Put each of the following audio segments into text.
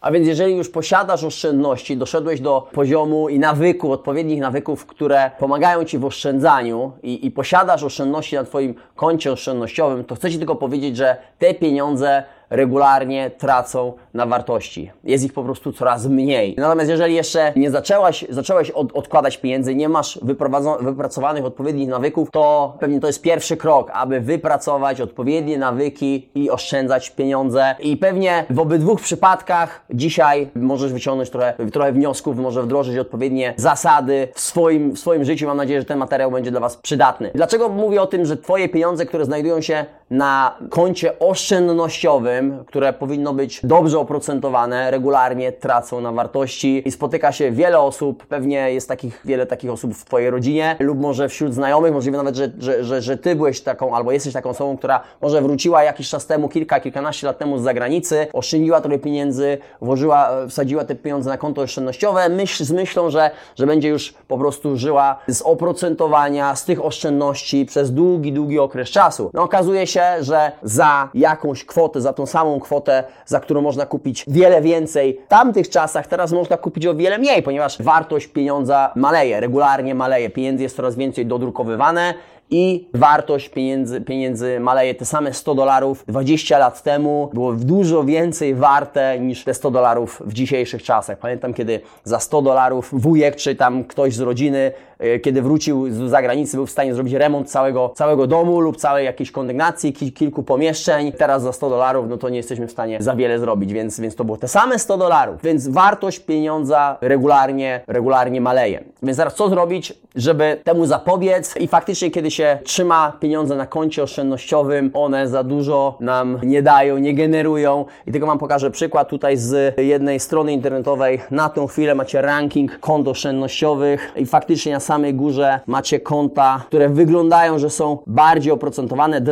A więc jeżeli już posiadasz oszczędności, doszedłeś do poziomu i nawyku, odpowiednich nawyków, które pomagają Ci w oszczędzaniu i posiadasz oszczędności na Twoim koncie oszczędnościowym, to chcę Ci tylko powiedzieć, że te pieniądze regularnie tracą na wartości. Jest ich po prostu coraz mniej. Natomiast jeżeli jeszcze nie zacząłeś odkładać pieniędzy, nie masz wypracowanych odpowiednich nawyków, to pewnie to jest pierwszy krok, aby wypracować odpowiednie nawyki i oszczędzać pieniądze. I pewnie w obydwu przypadkach dzisiaj możesz wyciągnąć trochę wniosków, może wdrożyć odpowiednie zasady w swoim życiu. Mam nadzieję, że ten materiał będzie dla Was przydatny. Dlaczego mówię o tym, że Twoje pieniądze, które znajdują się na koncie oszczędnościowym, które powinno być dobrze oprocentowane, regularnie tracą na wartości i spotyka się wiele osób, pewnie jest wiele takich osób w Twojej rodzinie lub może wśród znajomych, możliwe nawet, że Ty byłeś taką albo jesteś taką osobą, która może wróciła jakiś czas temu, kilkanaście lat temu z zagranicy, oszczędziła trochę pieniędzy, wsadziła te pieniądze na konto oszczędnościowe, z myślą, że będzie już po prostu żyła z oprocentowania, z tych oszczędności przez długi okres czasu. No okazuje się, że za jakąś kwotę, za tą samą kwotę, za którą można kupić wiele więcej w tamtych czasach, teraz można kupić o wiele mniej, ponieważ wartość pieniądza maleje, regularnie maleje. Pieniędzy jest coraz więcej dodrukowywane i wartość pieniędzy maleje. Te same $100 20 lat temu było dużo więcej warte niż te $100 w dzisiejszych czasach. Pamiętam, kiedy za $100 wujek czy tam ktoś z rodziny, kiedy wrócił z zagranicy, był w stanie zrobić remont całego domu lub całej jakiejś kondygnacji, kilku pomieszczeń. Teraz za $100 no to nie jesteśmy w stanie za wiele zrobić, więc to było te same $100. Więc wartość pieniądza regularnie maleje. Więc teraz co zrobić, żeby temu zapobiec i faktycznie kiedy się trzyma pieniądze na koncie oszczędnościowym, one za dużo nam nie dają, nie generują. I tylko Wam pokażę przykład tutaj z jednej strony internetowej. Na tą chwilę macie ranking kont oszczędnościowych i faktycznie na samej górze macie konta, które wyglądają, że są bardziej oprocentowane.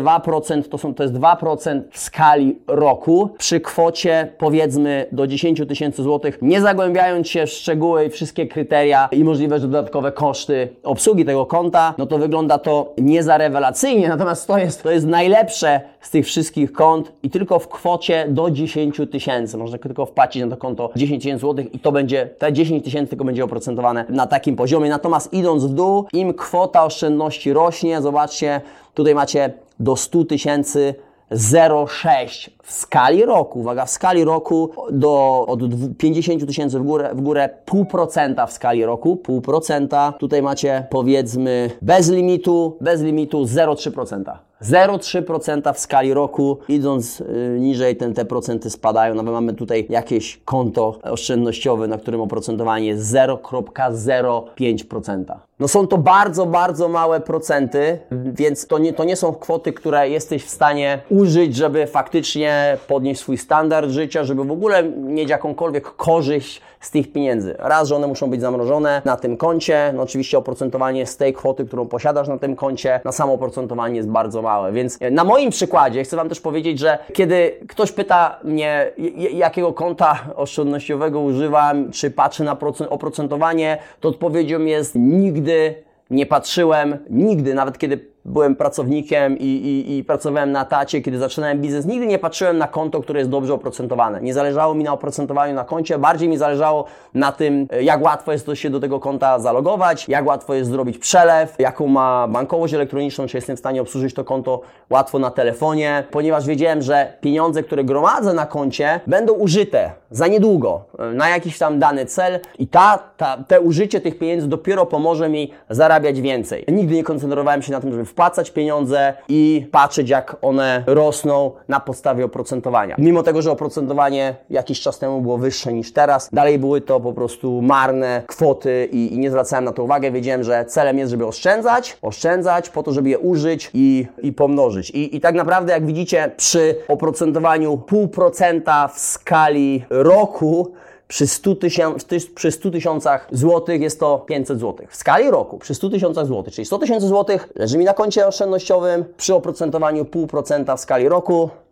2% to jest 2% w skali roku. Przy kwocie powiedzmy do 10 000 złotych, nie zagłębiając się w szczegóły i wszystkie kryteria i możliwe, że dodatkowe koszty obsługi tego konta, no to wygląda to nie za rewelacyjnie, natomiast to jest najlepsze z tych wszystkich kont i tylko w kwocie do 10 000. Można tylko wpłacić na to konto 10 000 złotych i to będzie, te 10 000 tylko będzie oprocentowane na takim poziomie. Natomiast idąc w dół, im kwota oszczędności rośnie, zobaczcie, tutaj macie do 100 000 0,6 w skali roku, uwaga, w skali roku od 50 000 w górę 0,5% w skali roku, 0,5%. Tutaj macie powiedzmy bez limitu 0,3%. 0,3% w skali roku, idąc niżej te procenty spadają. Nawet mamy tutaj jakieś konto oszczędnościowe, na którym oprocentowanie jest 0,05%. No są to bardzo małe procenty, więc to nie są kwoty, które jesteś w stanie użyć, żeby faktycznie podnieść swój standard życia, żeby w ogóle mieć jakąkolwiek korzyść z tych pieniędzy. Raz, że one muszą być zamrożone na tym koncie, no oczywiście oprocentowanie z tej kwoty, którą posiadasz na tym koncie, na samo oprocentowanie jest bardzo małe. Więc na moim przykładzie chcę Wam też powiedzieć, że kiedy ktoś pyta mnie, jakiego konta oszczędnościowego używam, czy patrzę na oprocentowanie, to odpowiedzią jest nigdy nie patrzyłem, nawet kiedy byłem pracownikiem i pracowałem na etacie, kiedy zaczynałem biznes, nigdy nie patrzyłem na konto, które jest dobrze oprocentowane. Nie zależało mi na oprocentowaniu na koncie, bardziej mi zależało na tym, jak łatwo jest się do tego konta zalogować, jak łatwo jest zrobić przelew, jaką ma bankowość elektroniczną, czy jestem w stanie obsłużyć to konto łatwo na telefonie, ponieważ wiedziałem, że pieniądze, które gromadzę na koncie, będą użyte za niedługo na jakiś tam dany cel i te użycie tych pieniędzy dopiero pomoże mi zarabiać więcej. Nigdy nie koncentrowałem się na tym, żeby wpłacać pieniądze i patrzeć, jak one rosną na podstawie oprocentowania. Mimo tego, że oprocentowanie jakiś czas temu było wyższe niż teraz, dalej były to po prostu marne kwoty i nie zwracałem na to uwagi. Wiedziałem, że celem jest, żeby oszczędzać po to, żeby je użyć i pomnożyć. I tak naprawdę, jak widzicie, przy oprocentowaniu 0,5% w skali roku, przy 100 tysiącach złotych jest to 500 złotych. W skali roku przy 100 tysiącach złotych, czyli 100 tysięcy złotych leży mi na koncie oszczędnościowym przy oprocentowaniu 0,5% w skali roku,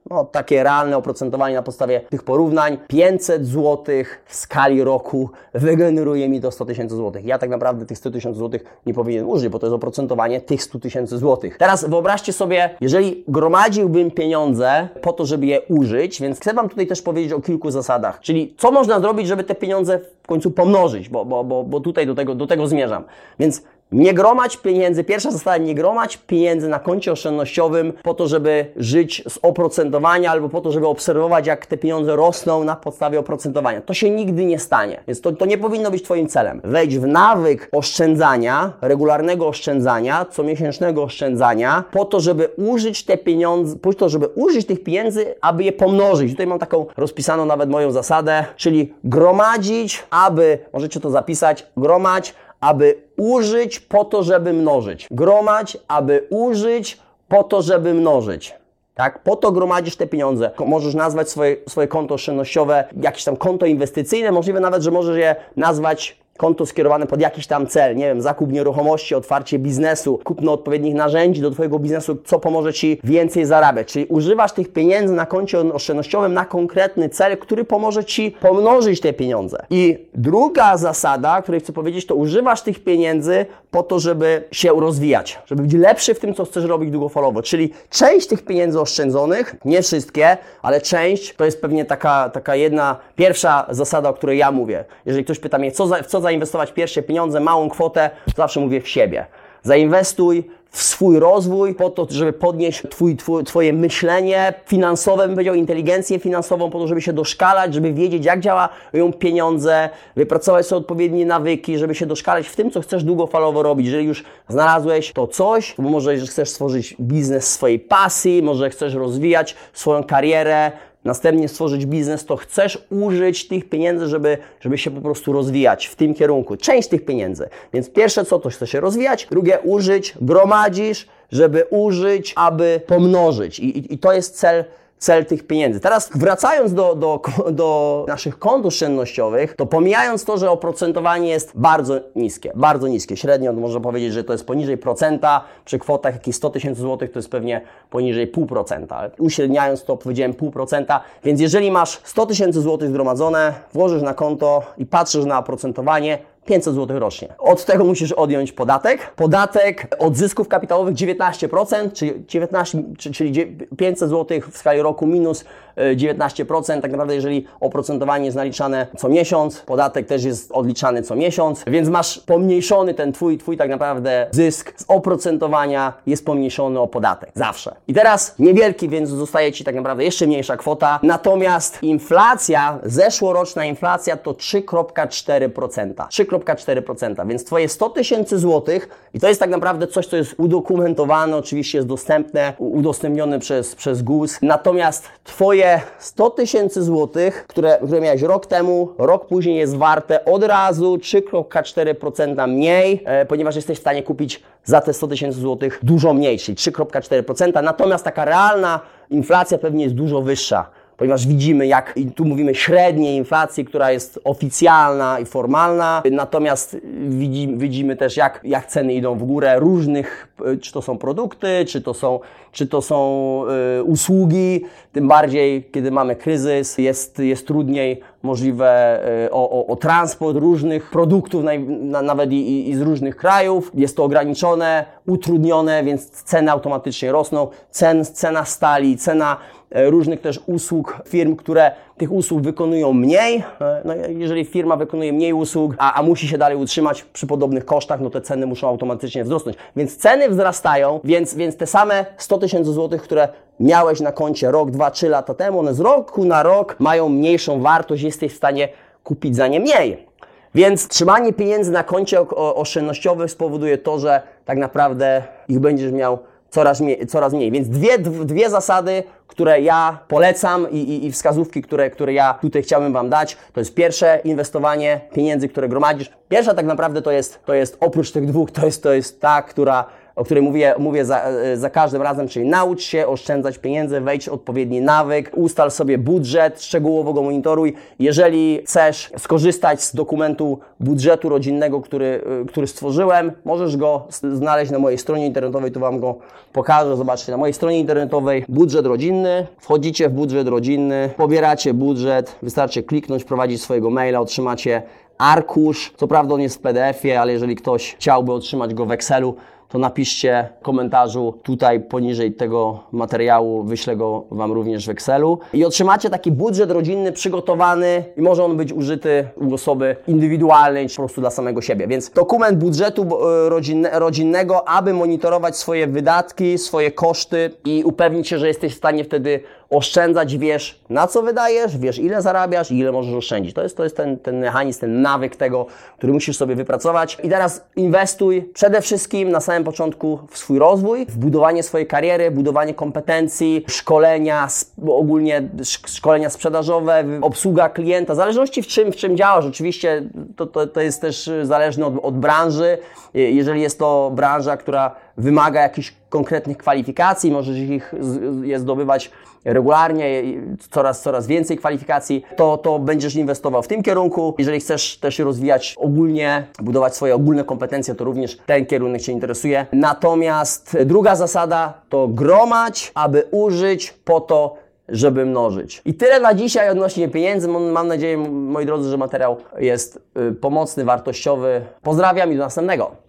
no takie realne oprocentowanie na podstawie tych porównań, 500 zł w skali roku wygeneruje mi to 100 000 złotych. Ja tak naprawdę tych 100 000 złotych nie powinien użyć, bo to jest oprocentowanie tych 100 000 złotych. Teraz wyobraźcie sobie, jeżeli gromadziłbym pieniądze po to, żeby je użyć, więc chcę Wam tutaj też powiedzieć o kilku zasadach, czyli co można zrobić, żeby te pieniądze w końcu pomnożyć, bo tutaj do tego zmierzam. Więc nie gromadź pieniędzy, pierwsza zasada, nie gromadź pieniędzy na koncie oszczędnościowym po to, żeby żyć z oprocentowania albo po to, żeby obserwować, jak te pieniądze rosną na podstawie oprocentowania. To się nigdy nie stanie, więc to nie powinno być Twoim celem. Wejdź w nawyk oszczędzania, regularnego oszczędzania, comiesięcznego oszczędzania po to, żeby użyć te pieniądze, po to, żeby użyć tych pieniędzy, aby je pomnożyć. Tutaj mam taką rozpisaną nawet moją zasadę, czyli gromadzić, aby, możecie to zapisać, gromadź, aby użyć po to, żeby mnożyć. Gromadź, aby użyć po to, żeby mnożyć. Tak? Po to gromadzisz te pieniądze. Możesz nazwać swoje konto oszczędnościowe jakieś tam konto inwestycyjne. Możliwe nawet, że możesz je nazwać konto skierowane pod jakiś tam cel, nie wiem, zakup nieruchomości, otwarcie biznesu, kupno odpowiednich narzędzi do Twojego biznesu, co pomoże Ci więcej zarabiać. Czyli używasz tych pieniędzy na koncie oszczędnościowym na konkretny cel, który pomoże Ci pomnożyć te pieniądze. I druga zasada, o której chcę powiedzieć, to używasz tych pieniędzy po to, żeby się rozwijać, żeby być lepszy w tym, co chcesz robić długofalowo. Czyli część tych pieniędzy oszczędzonych, nie wszystkie, ale część, to jest pewnie taka jedna, pierwsza zasada, o której ja mówię. Jeżeli ktoś pyta mnie, w co zainwestować pierwsze pieniądze, małą kwotę, to zawsze mówię w siebie. Zainwestuj w swój rozwój po to, żeby podnieść Twoje myślenie finansowe, bym powiedział, inteligencję finansową, po to, żeby się doszkalać, żeby wiedzieć, jak działają pieniądze, wypracować sobie odpowiednie nawyki, żeby się doszkalać w tym, co chcesz długofalowo robić. Jeżeli już znalazłeś to coś, bo może że chcesz stworzyć biznes swojej pasji, może chcesz rozwijać swoją karierę, następnie stworzyć biznes, to chcesz użyć tych pieniędzy, żeby się po prostu rozwijać w tym kierunku. Część tych pieniędzy. Więc pierwsze co, to chce się rozwijać. Drugie, użyć, gromadzisz, żeby użyć, aby pomnożyć. I to jest cel tych pieniędzy. Teraz wracając do naszych kont oszczędnościowych, to pomijając to, że oprocentowanie jest bardzo niskie. Średnio można powiedzieć, że to jest poniżej procenta, przy kwotach jakieś 100 000 złotych to jest pewnie poniżej 0,5%. Uśredniając to powiedziałem 0,5%, więc jeżeli masz 100 000 złotych zgromadzone, włożysz na konto i patrzysz na oprocentowanie, 500 zł rocznie. Od tego musisz odjąć podatek. Podatek od zysków kapitałowych 19%, czyli 500 zł w skali roku minus 19%. Tak naprawdę, jeżeli oprocentowanie jest naliczane co miesiąc, podatek też jest odliczany co miesiąc, więc masz pomniejszony ten twój tak naprawdę zysk z oprocentowania jest pomniejszony o podatek. Zawsze. I teraz niewielki, więc zostaje Ci tak naprawdę jeszcze mniejsza kwota. Natomiast inflacja, zeszłoroczna inflacja to 3,4%. 3,4%, więc Twoje 100 000 złotych, i to jest tak naprawdę coś, co jest udokumentowane, oczywiście jest dostępne, udostępnione przez GUS, natomiast Twoje 100 000 złotych, które miałeś rok temu, rok później jest warte od razu 3,4% mniej, ponieważ jesteś w stanie kupić za te 100 000 złotych dużo mniej, czyli 3,4%, natomiast taka realna inflacja pewnie jest dużo wyższa. Ponieważ widzimy, i tu mówimy średniej inflacji, która jest oficjalna i formalna, natomiast widzimy też, jak ceny idą w górę różnych, czy to są produkty, czy to są usługi, tym bardziej, kiedy mamy kryzys, jest trudniej możliwe o transport różnych produktów, nawet i z różnych krajów. Jest to ograniczone, utrudnione, więc ceny automatycznie rosną. Cena stali, cena różnych też usług firm, które tych usług wykonują mniej. No, jeżeli firma wykonuje mniej usług, a musi się dalej utrzymać przy podobnych kosztach, no te ceny muszą automatycznie wzrosnąć. Więc ceny wzrastają, więc te same 100 000 złotych, które miałeś na koncie rok, 2, 3 lata temu, one z roku na rok mają mniejszą wartość, jesteś w stanie kupić za nie mniej. Więc trzymanie pieniędzy na koncie oszczędnościowym spowoduje to, że tak naprawdę ich będziesz miał coraz mniej. Więc dwie zasady, które ja polecam i wskazówki, które ja tutaj chciałbym Wam dać, to jest pierwsze, inwestowanie pieniędzy, które gromadzisz. Pierwsza tak naprawdę to jest oprócz tych dwóch, to jest ta, która o której mówię za każdym razem, czyli naucz się oszczędzać pieniędzy, wejdź w odpowiedni nawyk, ustal sobie budżet, szczegółowo go monitoruj. Jeżeli chcesz skorzystać z dokumentu budżetu rodzinnego, który stworzyłem, możesz go znaleźć na mojej stronie internetowej, tu Wam go pokażę, zobaczcie, na mojej stronie internetowej budżet rodzinny, wchodzicie w budżet rodzinny, pobieracie budżet, wystarczy kliknąć, wprowadzić swojego maila, otrzymacie arkusz, co prawda on jest w PDF-ie, ale jeżeli ktoś chciałby otrzymać go w Excelu, to napiszcie w komentarzu tutaj poniżej tego materiału, wyślę go Wam również w Excelu i otrzymacie taki budżet rodzinny przygotowany i może on być użyty u osoby indywidualnej, czy po prostu dla samego siebie. Więc dokument budżetu rodzinnego, aby monitorować swoje wydatki, swoje koszty i upewnić się, że jesteś w stanie wtedy oszczędzać, wiesz na co wydajesz, wiesz ile zarabiasz i ile możesz oszczędzić. To jest ten mechanizm, ten nawyk tego, który musisz sobie wypracować. I teraz inwestuj przede wszystkim na samym początku w swój rozwój, w budowanie swojej kariery, budowanie kompetencji, szkolenia, ogólnie szkolenia sprzedażowe, obsługa klienta, w zależności w czym działasz. Oczywiście to jest też zależne od branży. Jeżeli jest to branża, która wymaga jakichś konkretnych kwalifikacji, możesz je zdobywać regularnie, coraz więcej kwalifikacji, to będziesz inwestował w tym kierunku. Jeżeli chcesz też rozwijać ogólnie, budować swoje ogólne kompetencje, to również ten kierunek Cię interesuje. Natomiast druga zasada to gromadź, aby użyć po to, żeby mnożyć. I tyle na dzisiaj odnośnie pieniędzy. Mam nadzieję, moi drodzy, że materiał jest pomocny, wartościowy. Pozdrawiam i do następnego.